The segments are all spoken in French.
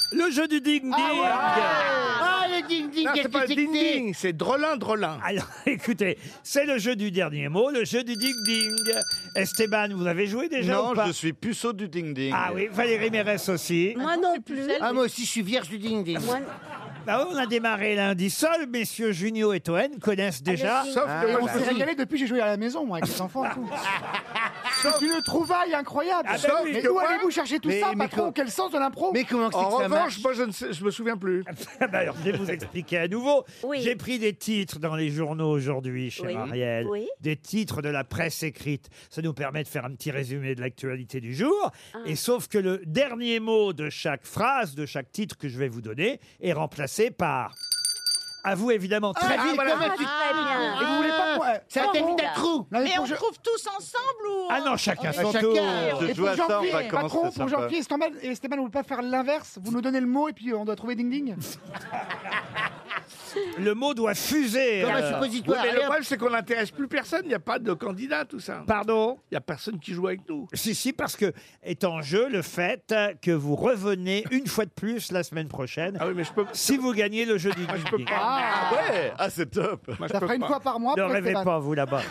Le jeu du ding-ding. Ah, le ding-ding, Non, qu'est-ce c'est pas que le c'est que c'est? ding-ding, c'est drôlin. Alors, écoutez, c'est le jeu du dernier mot, le jeu du ding-ding. Esteban, vous avez joué déjà Non, ou pas? je suis puceau du ding-ding. Ah oui, Valérie Mérès aussi. Moi non plus. Ah, moi aussi, je suis vierge du ding-ding. Moi, Bah oui, on a démarré lundi. Seuls messieurs Junio et Toen connaissent déjà. Allez-y. Sauf que Et moi, on s'est régalé depuis que j'ai joué à la maison, moi, avec les enfants et tout. C'est une trouvaille incroyable. Ah ben oui. Mais que où moi- allez-vous chercher tout Mais- ça, mais patron? co- Quel sens de l'impro? Mais comment c'est En que ça marche? revanche, moi, je me souviens plus. Bah alors, je vais vous expliquer à nouveau. Oui. J'ai pris des titres dans les journaux aujourd'hui, cher Oui. Ariel. Oui. Des titres de la presse écrite. Ça nous permet de faire un petit résumé de l'actualité du jour. Et sauf que le dernier mot de chaque phrase, de chaque titre que je vais vous donner, est remplacé par... À vous, évidemment, très vite. voilà. très bien. Et vous voulez pas quoi Ça t'a mis un trou. Non, Mais pour on je- trouve tous ensemble ou Ah non, chacun son chacun. tour. Je Et joue à pour ça en Jean-Pierre, vacances, patron, c'est pour sympa. Jean-Pierre et Esteban, vous voulez pas faire l'inverse? Vous nous donnez le mot et puis on doit trouver ding-ding? Le mot doit fuser. Comme un Oui, suppositoire. mais le Allez, hop. problème, c'est qu'on n'intéresse plus personne. Il n'y a pas de candidat, tout ça. Pardon? Il n'y a personne qui joue avec nous. Si, parce que est en jeu le fait que vous revenez une fois de plus la semaine prochaine. Ah oui, mais je peux. Si vous gagnez le jeu du Moi, je peux ding-ding. pas. Ah, Ouais, ah c'est top. Moi, je ça peux fera une pas. fois par mois Ne pour rêvez Esteban. pas, vous, là-bas.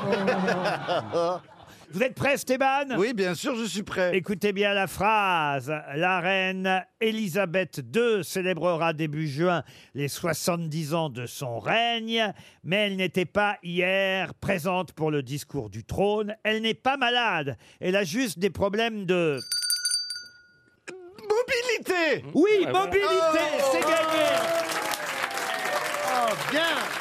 Vous êtes prêt, Esteban? Oui, bien sûr, je suis prêt. Écoutez bien la phrase. La reine Élisabeth II célébrera début juin les 70 ans de son règne, mais elle n'était pas hier présente pour le discours du trône. Elle n'est pas malade. Elle a juste des problèmes de... Mobilité. Oui, mobilité, c'est gagné. Oh, bien.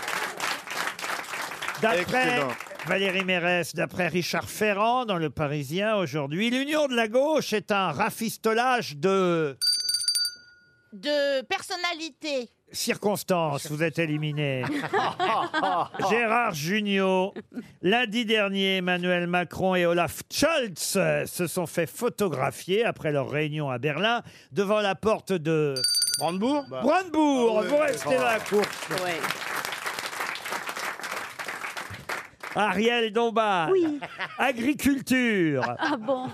D'après Excellent. Valérie Mérès, d'après Richard Ferrand dans Le Parisien aujourd'hui, l'union de la gauche est un rafistolage de de personnalité? circonstances. Vous êtes éliminé. Gérard Jugnot. Lundi dernier, Emmanuel Macron et Olaf Scholz se sont fait photographier après leur réunion à Berlin devant la porte de Brandebourg Brandebourg. Vous restez dans la course. Ouais. Ariel Dombal. Oui. Agriculture. Ah bon?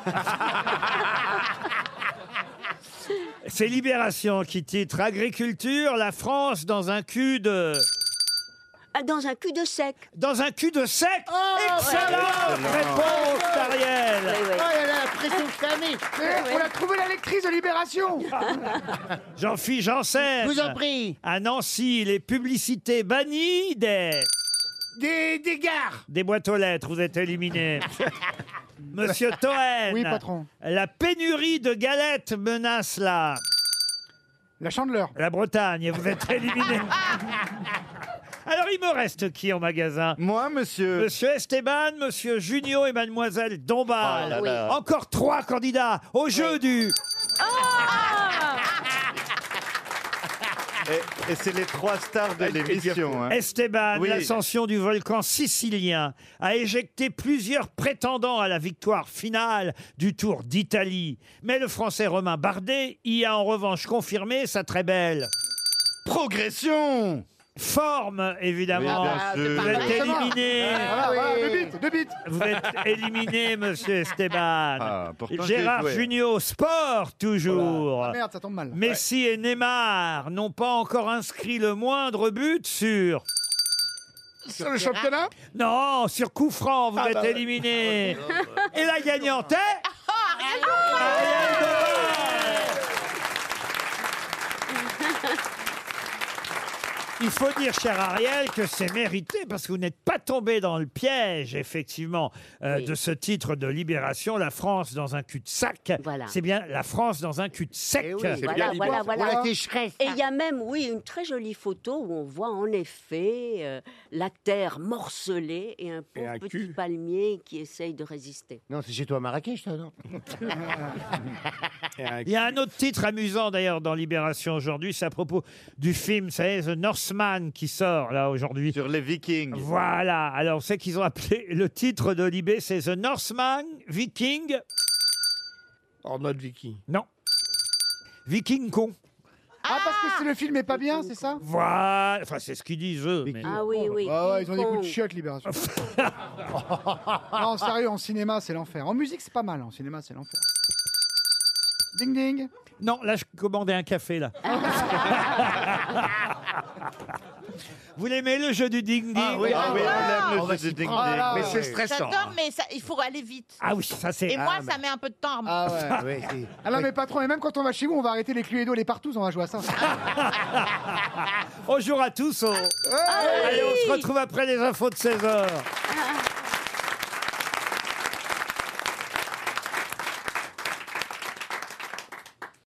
C'est Libération qui titre Agriculture, la France dans un cul de... Ah, dans un cul de sec. Dans un cul de sec. Excellente ouais. réponse d'Ariel. Oui, oui. Oh là là, pression que ça met. On a trouvé la lectrice de Libération. Jean-Philippe Janssen. Je vous en prie. À Nancy, les publicités bannies Des gares. des boîtes aux lettres. Vous êtes éliminé. Monsieur Toen. Oui, patron. La pénurie de galettes menace la Chandeleur. Bretagne. Vous êtes éliminé. Alors, il me reste qui en magasin? Moi, monsieur. Monsieur Esteban, Monsieur Junio et Mademoiselle Dombal. Oh là Oui. là. Encore 3 candidats au jeu du... Et c'est les 3 stars de l'émission. Hein. Esteban, Oui. l'ascension du volcan sicilien, a éjecté plusieurs prétendants à la victoire finale du Tour d'Italie. Mais le Français Romain Bardet y a en revanche confirmé sa très belle Progression. forme, évidemment. Oui, bien sûr. Vous êtes éliminé. Voilà, voilà, deux bits. Vous êtes éliminé, monsieur Esteban. Ah, pourtant, Gérard j'ai joué. Jugnot, sport toujours. Ah merde, ça tombe mal. Messi et Neymar n'ont pas encore inscrit le moindre but sur... Sur le championnat Non, sur coup franc, vous êtes bah ouais. éliminé. Et la gagnante est... Ariel Dombal. Il faut dire, cher Ariel, que c'est mérité parce que vous n'êtes pas tombé dans le piège, effectivement, Oui. de ce titre de Libération, la France dans un cul-de-sac. Voilà. C'est bien la France dans un cul-de-sec. Eh oui, Voilà, voilà, Pour voilà. la sécheresse. Et il y a même, oui, une très jolie photo où on voit en effet la terre morcelée et un pauvre un petit cul. palmier qui essaye de résister. Non, c'est chez toi à Marrakech, toi, non? Il y a un autre titre amusant d'ailleurs dans Libération aujourd'hui, c'est à propos du film, vous savez, The Northman qui sort là aujourd'hui. Sur les Vikings. Voilà, alors on sait qu'ils ont appelé le titre de Libé, c'est The Northman Viking. Or not Vicky. Non. Viking con. Ah, parce que si le film est pas bien, c'est ça? Voilà, enfin c'est ce qu'ils disent eux. mais- Ah oui, oui. Ah ouais, ils ont des King coups de Kong. chiottes, Libération. Non, sérieux, en cinéma, c'est l'enfer. En musique, c'est pas mal. En cinéma, c'est l'enfer. Ding ding. Non, là, je commandais un café, là. Vous l'aimez, le jeu du ding-ding? Ah oui, on aime le jeu du ding-ding. Mais c'est stressant. J'adore, mais il faut aller vite. Ah oui, ça c'est... Et moi, ça met un peu de temps. Ah ouais. Ah non, mais patron, et même quand on va chez vous, on va arrêter les Cluedo, les partous, on va jouer à ça. Bonjour à tous. Allez, on se retrouve après les infos de 16h.